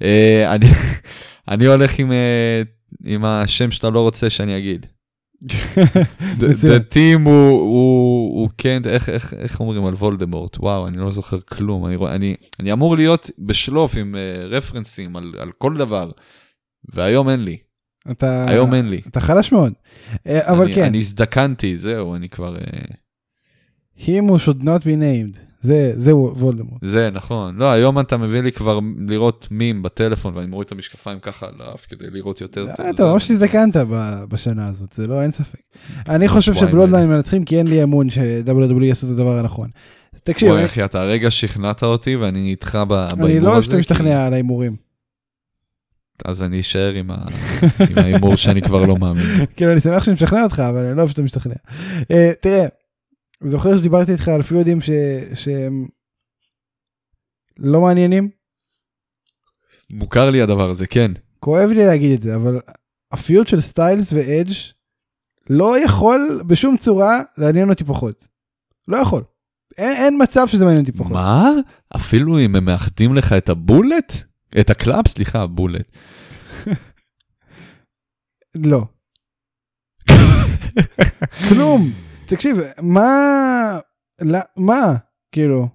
אני הולך עם השם שאתה לא רוצה שאני אגיד. The team הוא כן, איך אומרים על וולדמורט? וואו, אני לא זוכר כלום. אני אמור להיות בשלוף עם רפרנסים על כל דבר, והיום אין לי. היום אין לי. אתה חלש מאוד. אבל כן. אני הזדקנתי, זהו, אני כבר... Him who should not be named. זה וולדמורט. זה נכון. לא, היום אתה מביא לי כבר לראות מים בטלפון, ואני מוריד את המשקפיים ככה על האף, כדי לראות יותר טוב. אתה ממש הזדקנת בשנה הזאת, זה לא, אין ספק. אני חושב שבלודליין מנצחים, כי אין לי אמון ש-WWE יעשו את הדבר הנכון. תקשיב. וואי אחי, אתה הרגע שכנעת אותי, ואני איתך באימור הזה. אני לא אוהב משתכנע על האימורים. אז אני אשאר עם האימור שאני כבר לא מאמין. כאילו, אני שמח שאני משכנע אותך, אבל אני לא אוהב שאתה משתכנע. תראה, זוכר שדיברתי איתך על פיודים שהם לא מעניינים? מוכר לי הדבר הזה, כן. כואב לי להגיד את זה, אבל הפיוד של סטיילס ואדג' לא יכול בשום צורה לעניין אותי פחות. לא יכול. אין מצב שזה מעניין אותי פחות. מה? אפילו אם הם מאחדים לך את הבולט? את הקלאב, סליחה, בולט. לא. כלום. תקשיב, מה? כאילו,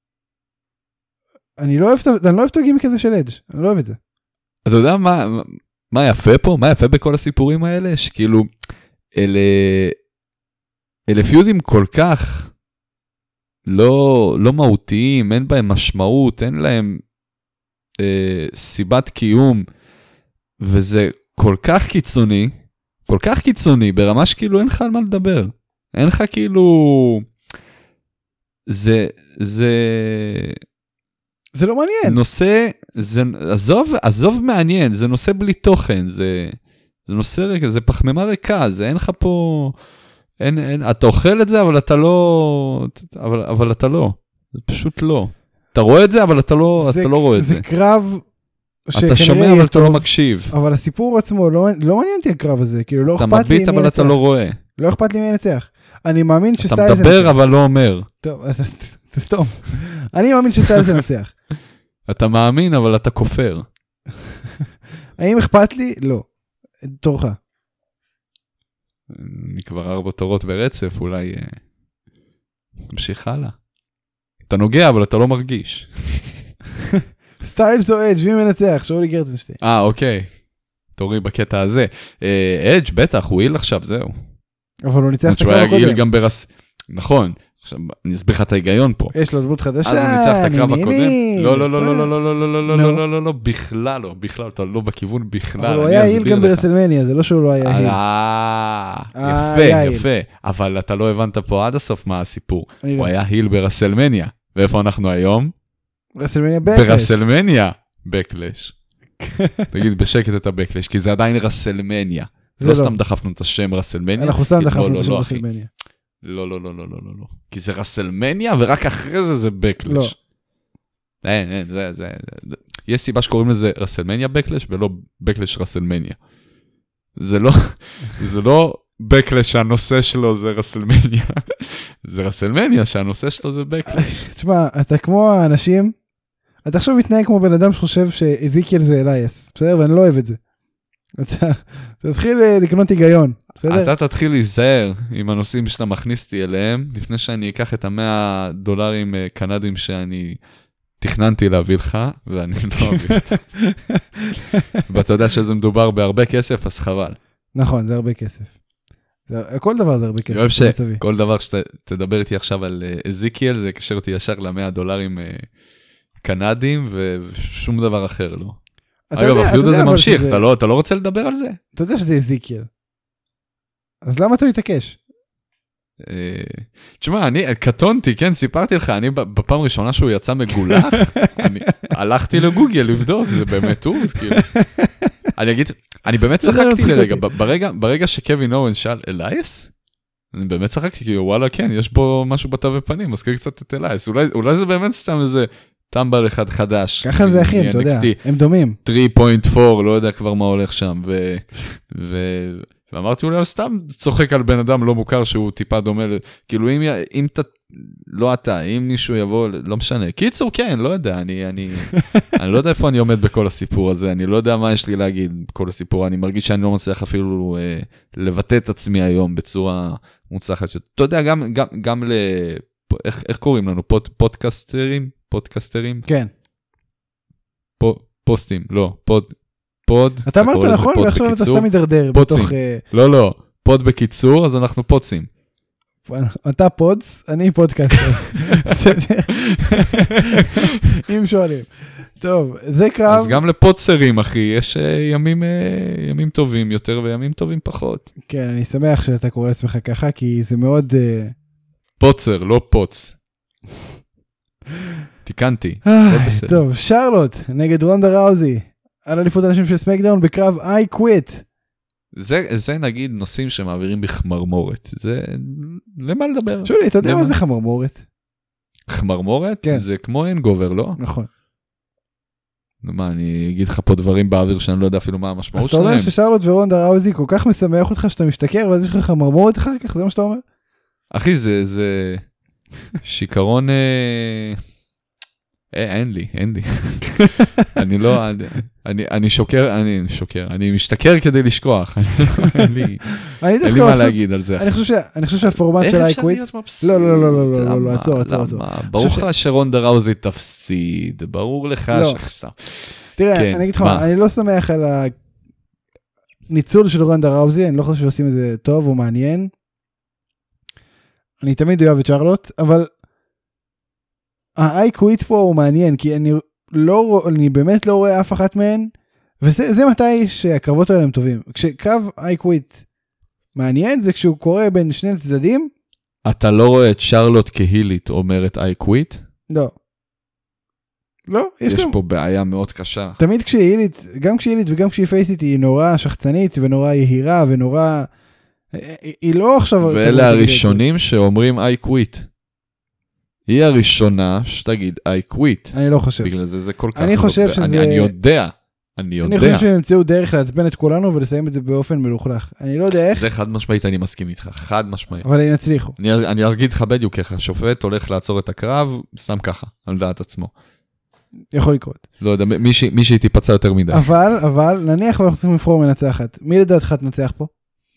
אני לא אוהב את הגימיק הזה של אדג', אני לא אוהב את זה. אתה יודע מה יפה פה? מה יפה בכל הסיפורים האלה? שכאילו, אלה פיודים כל כך לא מהותיים, אין בהם משמעות, אין להם סיבת קיום, וזה כל כך קיצוני, ברמה שכאילו אין לך על מה לדבר. אין לך כאילו... זה לא מעניין. נושא, עזוב מעניין, זה נושא בלי תוכן, זה נושא ריקה, זה פחמימה ריקה, זה אין לך פה... אתה אוכל את זה, אבל אתה לא... אבל אתה לא. זה פשוט לא. אתה רואה את זה, אבל אתה לא רואה את זה. זה קרב... אתה שומע, אבל אתה לא מקשיב. אבל הסיפור עצמו, לא מעניין אותי הקרב הזה, כאילו לא אכפת לי מי ינצח. אתה מביט, אבל אתה לא רואה. לא אכפת לי מי ינצח. אני מאמין שסטיילס... אתה מדבר, אבל לא אומר. טוב, תסתום. אני מאמין שסטיילס ינצח. אתה מאמין, אבל אתה כופר. האם אכפת לי? לא. תורך. אני כבר 4 תורות ברצף, אולי... תמשיך הלאה. אתה נוגע, אבל אתה לא מרגיש. סטיילס או אדג' מי מנצח? שאולי גרצנשטיין. אוקיי. תורי בקטע הזה. אדג' בטח, הוא איל עכשיו, זהו. אבל הוא ניצח את הקרב הקודם. נכון. עכשיו, אני אסביר לך את ההיגיון פה. יש לו דמות חדשה. אז הוא ניצח את הקרב הקודם. לא, בכלל לא, אתה לא בכיוון בכלל. אבל הוא היה איל גם ברסלמניה, זה לא שהוא לא היה איל. יפה. אבל אתה לא הבנת פה עד הסוף מה הסיפור. הוא היה איל ברסלמניה. ואיפה אנחנו היום? ברסלמניה בקלש. תגיד בשקט את הבקלש, כי זה עדיין רסלמניה. לא סתם דחפנו את השם רסלמניה. אנחנו סתם דחפנו את השם רסלמניה. לא. כי זה רסלמניה, ורק אחרי זה בקלש. אין, יש סיבה שקוראים לזה רסלמניה בקלש, ולא בקלש רסלמניה. זה לא בקלש שהנושא שלו זה רסלמניה. זה רסלמניה שהנושא שלו זה בקלש. תשמע, אתה כמו האנשים, אתה עכשיו מתנהג כמו בן אדם שחושב שאזיקיאל זה אלייס, בסדר? ואני לא אוהב את זה. אתה תתחיל לקנות היגיון, בסדר? אתה תתחיל להיזהר עם הנושאים שאתה מכניס אותי אליהם, לפני שאני אקח את $100 קנדים שאני תכננתי להביא לך, ואני לא אביא אותם. ואתה יודע שזה מדובר בהרבה כסף, אז חבל. נכון, זה הרבה כסף. כל דבר זה הרבה כסף. אני אוהב שכל דבר שתדבר איתי עכשיו על אזיקיאל, זה קשר אותי ישר $100 קנדים, ושום דבר אחר לא. אגב, הפיוט הזה ממשיך, אתה לא רוצה לדבר על זה? אתה יודע שזה אזיקיאל. אז למה אתה מתעקש? תשמע, אני קטונתי, כן, סיפרתי לך, אני בפעם ראשונה שהוא יצא מגולח, הלכתי לגוגל לבדוק, זה באמת הוא, אז כאילו. אני אגיד, אני באמת צחקתי לרגע, ברגע שקווין אורן שאל אלייס, אני באמת צחקתי, כאילו, וואלה, כן, יש בו משהו בתווי פנים, מזכיר קצת את אלייס, אולי זה באמת סתם איזה טמבל אחד חדש. ככה זה אחים, אתה יודע, הם דומים. 3.4, לא יודע כבר מה הולך שם, ואמרתי אולי סתם צוחק על בן אדם לא מוכר שהוא טיפה דומה, כאילו אם אתה, לא אתה, אם מישהו יבוא, לא משנה. קיצור, כן, לא יודע, אני לא יודע איפה אני עומד בכל הסיפור הזה, אני לא יודע מה יש לי להגיד בכל הסיפור, אני מרגיש שאני לא מצליח אפילו לבטא את עצמי היום בצורה מוצלחת. אתה יודע, גם איך קוראים לנו? פודקסטרים? כן. פוסטים, לא, פוד. אתה אמרת נכון, ועכשיו אתה סתם מדרדר. לא, פוד בקיצור, אז אנחנו פוצים. אתה פודס, אני פודקאסטר. אם שואלים. טוב, זה קרב. אז גם לפוצרים, אחי, יש ימים טובים יותר וימים טובים פחות. כן, אני שמח שאתה קורא לעצמך ככה, כי זה מאוד... פוצר, לא פוץ. תיקנתי. טוב, שרלוט נגד רונדה ראוזי. על אליפות אנשים של סמקדאון בקרב I Quit. זה נגיד נושאים שמעבירים בחמרמורת. זה, למה לדבר? שולי, אתה יודע מה זה חמרמורת? חמרמורת? כן. זה כמו אנגובר, לא? נכון. מה, אני אגיד לך פה דברים באוויר שאני לא יודע אפילו מה המשמעות שלהם. אז אתה אומר ששרלוט ורונדה ראוזי כל כך משמח אותך שאתה משתכר, ואז יש לך חמרמורת אחר כך? זה מה שאתה אומר? אחי, זה שיקרון... אין לי. אני לא, אני שוקר, אני משתכר כדי לשכוח. אין לי מה להגיד על זה. אני חושב שהפורמט של אייקוויט... לא, עצור. ברור לך שרונדה ראוזי תפסיד, ברור לך ש... תראה, אני אגיד לך מה, אני לא שמח על הניצול של רונדה ראוזי, אני לא חושב שעושים את זה טוב או מעניין. אני תמיד אוהב את שרלוט, אבל ה-I quit פה הוא מעניין, כי אני באמת לא רואה אף אחת מהן, וזה מתי שהקרבות האלה הם טובים. כשקרב I quit מעניין, זה כשהוא קורה בין שני צדדים. אתה לא רואה את שרלוט כהילית אומרת I quit? לא. לא, יש פה בעיה מאוד קשה. תמיד כשהיא הילית, גם כשהיא הילית וגם כשהיא פייסית, היא נורא שחצנית ונורא יהירה ונורא... היא לא עכשיו... ואלה הראשונים שאומרים I quit. היא הראשונה שתגיד I quit. אני לא חושב. בגלל זה כל כך... אני חושב שזה... אני יודע. אני חושב שהם ימצאו דרך לעצבן את כולנו ולסיים את זה באופן מלוכלך. אני לא יודע איך. זה חד משמעית, אני מסכים איתך. חד משמעית. אבל הם יצליחו. אני אגיד לך בדיוק איך השופט הולך לעצור את הקרב, סתם ככה, על דעת עצמו. יכול לקרות. לא יודע, מישהי תיפצע יותר מדי. אבל נניח ואנחנו צריכים לבחור מנצחת. מי לדעתך תנצח פה?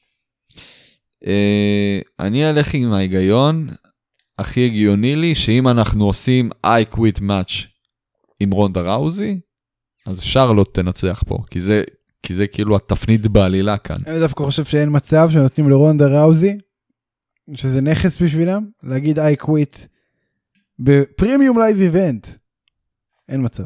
אני אלך עם ההיגיון הכי הגיוני לי, שאם אנחנו עושים I quit match עם רונדה ראוזי, אז שרלוט תנצח פה, כי זה כאילו התפנית בעלילה כאן. אני דווקא חושב שאין מצב שנותנים לרונדה ראוזי, שזה נכס בשבילם, להגיד I quit בפרימיום לייב איבנט. אין מצב.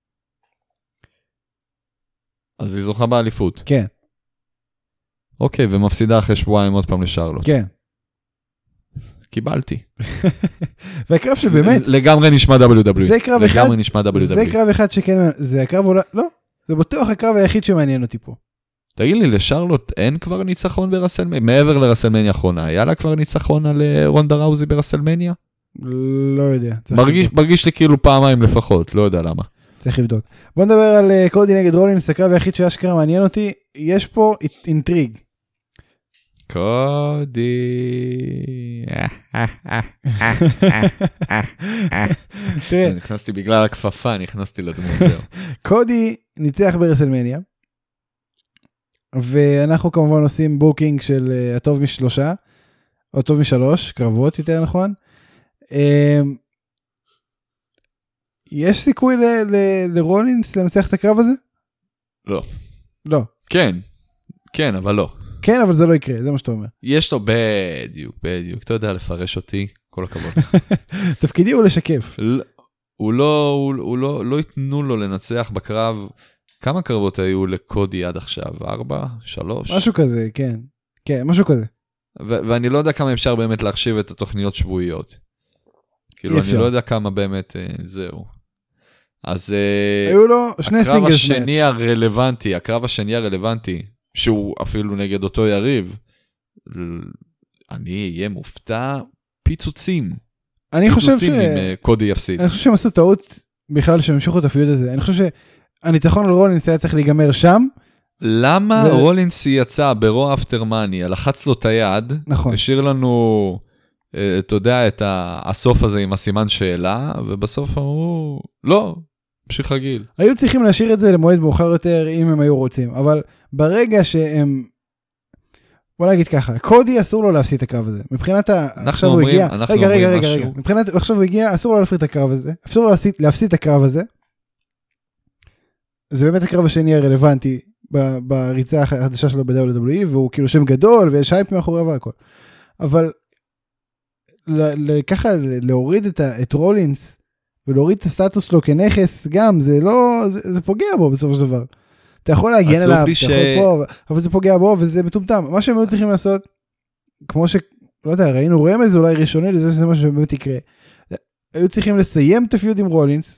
אז היא זוכה באליפות. כן. אוקיי, ומפסידה אחרי שבועיים עוד פעם לשרלוט. כן. קיבלתי. והקרב שבאמת... לגמרי נשמע WWE. זה קרב אחד... לגמרי נשמע WWE. זה קרב אחד שכן... זה הקרב אולי... לא. זה בטוח הקרב היחיד שמעניין אותי פה. תגיד לי, לשרלוט אין כבר ניצחון ברסלמניה? מעבר לרסלמניה האחרונה, היה לה כבר ניצחון על רונדה ראוזי ברסלמניה? לא יודע. מרגיש לי כאילו פעמיים לפחות, לא יודע למה. צריך לבדוק. בוא נדבר על קודי נגד רולינס, הקרב היחיד שאשכרה מעניין אותי. יש פה אינטריג. קודי... נכנסתי בגלל הכפפה, נכנסתי לדמות זהו. קודי ניצח ברסלמניה, ואנחנו כמובן עושים בוקינג של הטוב משלושה, או טוב משלוש, קרבות יותר נכון. יש סיכוי לרולינס לנצח את הקרב הזה? לא. לא. כן, אבל לא. כן, אבל זה לא יקרה, זה מה שאתה אומר. יש לו בדיוק, אתה יודע לפרש אותי, כל הכבוד. תפקידי הוא לשקף. הוא לא ייתנו לו לנצח בקרב, כמה קרבות היו לקודי עד עכשיו? 4? 3? משהו כזה, כן. כן, משהו כזה. ואני לא יודע כמה אפשר באמת להחשיב את התוכניות שבועיות. כאילו, אני לא יודע כמה באמת זהו. אז היו לו שני סינגלס מאץ'. הקרב השני הרלוונטי, שהוא אפילו נגד אותו יריב, אני אהיה מופתע פיצוצים. אני חושב פיצוצים עם קודי יפסיד. אני חושב שהם עשו טעות בכלל שהמשיכו את הפיוט הזה. אני חושב שהניצחון על רולינס היה צריך להיגמר שם. למה רולינס יצא ברו אפטר מאני, לחץ לו את היד, נכון. השאיר לנו, אתה יודע, את הסוף הזה עם הסימן שאלה, ובסוף אמרו, לא, המשיך רגיל. היו צריכים להשאיר את זה למועד מאוחר יותר, אם הם היו רוצים, אבל ברגע שהם, בוא נגיד ככה, קודי אסור לו להפסיד את הקרב הזה. מבחינת עכשיו הוא הגיע, רגע, מבחינת עכשיו הוא הגיע, אסור לו להפסיד את הקרב הזה, אסור לו להפסיד את הקרב הזה. זה באמת הקרב השני הרלוונטי בריצה החדשה שלו ב-WWE, והוא כאילו שם גדול, ויש הייפ מאחוריו והכל. אבל ככה להוריד את רולינס, ולהוריד את הסטטוס שלו כנכס, גם זה לא, זה פוגע בו בסופו של דבר. אתה יכול להגן עליו, אבל זה פוגע בו, וזה מטומטם. מה שהם היו צריכים לעשות, כמו לא יודע, ראינו רמז אולי ראשוני לזה שזה מה שבאמת יקרה. היו צריכים לסיים את הפיוד עם רולינס,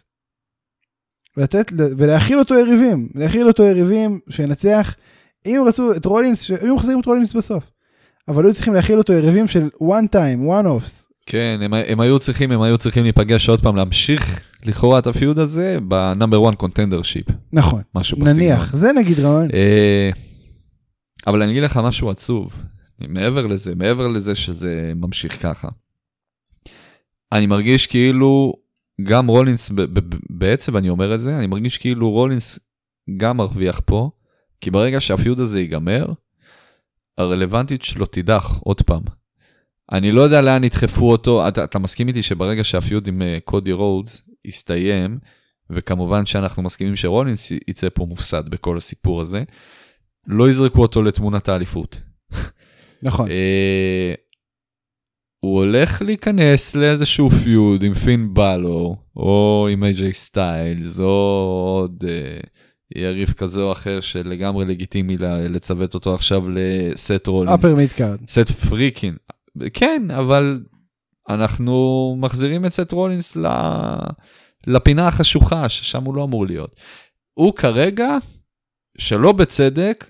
ולהכיל אותו יריבים, שינצח. אם הם רצו את רולינס, היו מחזירים את רולינס בסוף. אבל היו צריכים להכיל אותו יריבים של one time, one offs. כן, הם היו צריכים להיפגש עוד פעם, להמשיך לכאורה את הפיוד הזה, ב-number one contendership. נכון, נניח, זה נגיד רעיון. אבל אני אגיד לך משהו עצוב, מעבר לזה שזה ממשיך ככה. אני מרגיש כאילו, גם רולינס, בעצם אני אומר את זה, אני מרגיש כאילו רולינס גם מרוויח פה, כי ברגע שהפיוד הזה ייגמר, הרלוונטיות שלו תידח עוד פעם. אני לא יודע לאן ידחפו אותו, אתה מסכים איתי שברגע שהפיוד עם קודי רודס יסתיים, וכמובן שאנחנו מסכימים שרולינס יצא פה מופסד בכל הסיפור הזה, לא יזרקו אותו לתמונת האליפות. נכון. הוא הולך להיכנס לאיזשהו פיוד עם פין בלור, או עם AJ סטיילס, או עוד יריב כזה או אחר שלגמרי לגיטימי לצוות אותו עכשיו לסט רולינס. אפר מיד קארד. סט פריקין. כן, אבל אנחנו מחזירים את סט רולינס לפינה החשוכה, ששם הוא לא אמור להיות. הוא כרגע, שלא בצדק,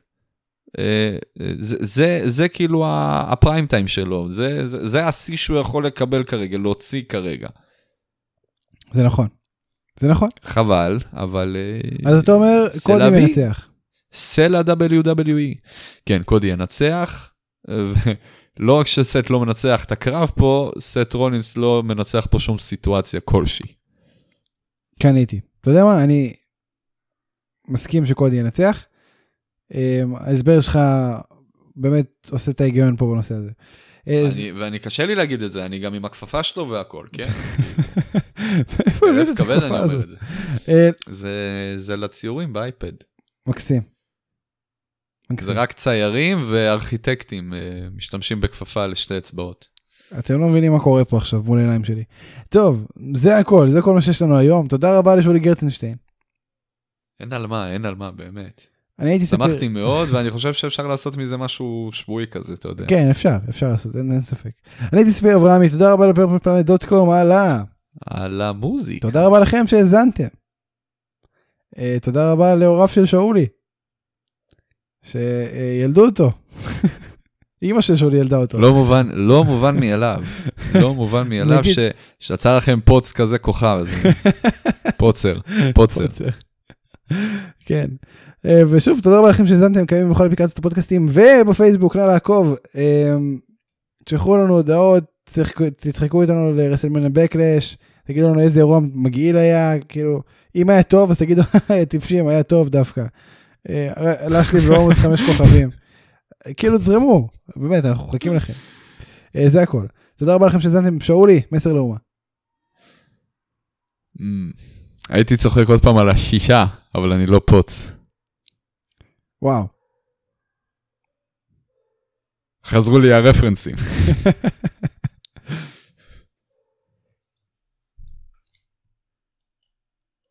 זה כאילו הפריים טיים שלו, זה השיא שהוא יכול לקבל כרגע, להוציא כרגע. זה נכון. זה נכון. חבל, אבל... אז אתה אומר, קודי מנצח. סלע WWE. כן, קודי ינצח, ולא רק שסט לא מנצח את הקרב פה, סט רולינס לא מנצח פה שום סיטואציה כלשהי. כן, הייתי. אתה יודע מה? אני מסכים שקודי ינצח. ההסבר שלך באמת עושה את ההיגיון פה בנושא הזה. ואני קשה לי להגיד את זה, אני גם עם הכפפה שלו והכל, כן? איפה באמת את כבד אני הכפפה אומר הזאת? את זה. זה לציורים באייפד. מקסים. זה רק ציירים וארכיטקטים משתמשים בכפפה לשתי אצבעות. אתם לא מבינים מה קורה פה עכשיו מול העיניים שלי. טוב, זה הכל, זה כל מה שיש לנו היום. תודה רבה לשולי גרצנשטיין. אין על מה, באמת. שמחתי מאוד, ואני חושב שאפשר לעשות מזה משהו שבועי כזה, אתה יודע. כן, אפשר לעשות, אין ספק. אני הייתי ספיר אברהמי, תודה רבה לפרפלפלנט.קום, על המוזיק. תודה רבה לכם שהזנתם. תודה רבה להוריו של שאולי, שילדו אותו. אמא של שאולי ילדה אותו. לא מובן מאליו. לא מובן מאליו שיצא לכם פוץ כזה כוכב. פוצר. כן. ושוב, תודה רבה לכם שהזנתם, קיימים בכל אפליקציות הפודקאסטים ובפייסבוק, נא לעקוב. תשלחו לנו הודעות, תצחקו איתנו לרסלמניה בקלאש, תגידו לנו איזה אירוע מגעיל היה, כאילו, אם היה טוב, אז תגידו, טיפשים, היה טוב דווקא. לשלי ואומוס 5 כוכבים. כאילו תזרמו, באמת, אנחנו חכים לכם. זה הכל. תודה רבה לכם שהזנתם, שאולי, מסר לאומה. הייתי צוחק עוד פעם על 6, אבל אני לא פוץ. וואו. חזרו לי הרפרנסים.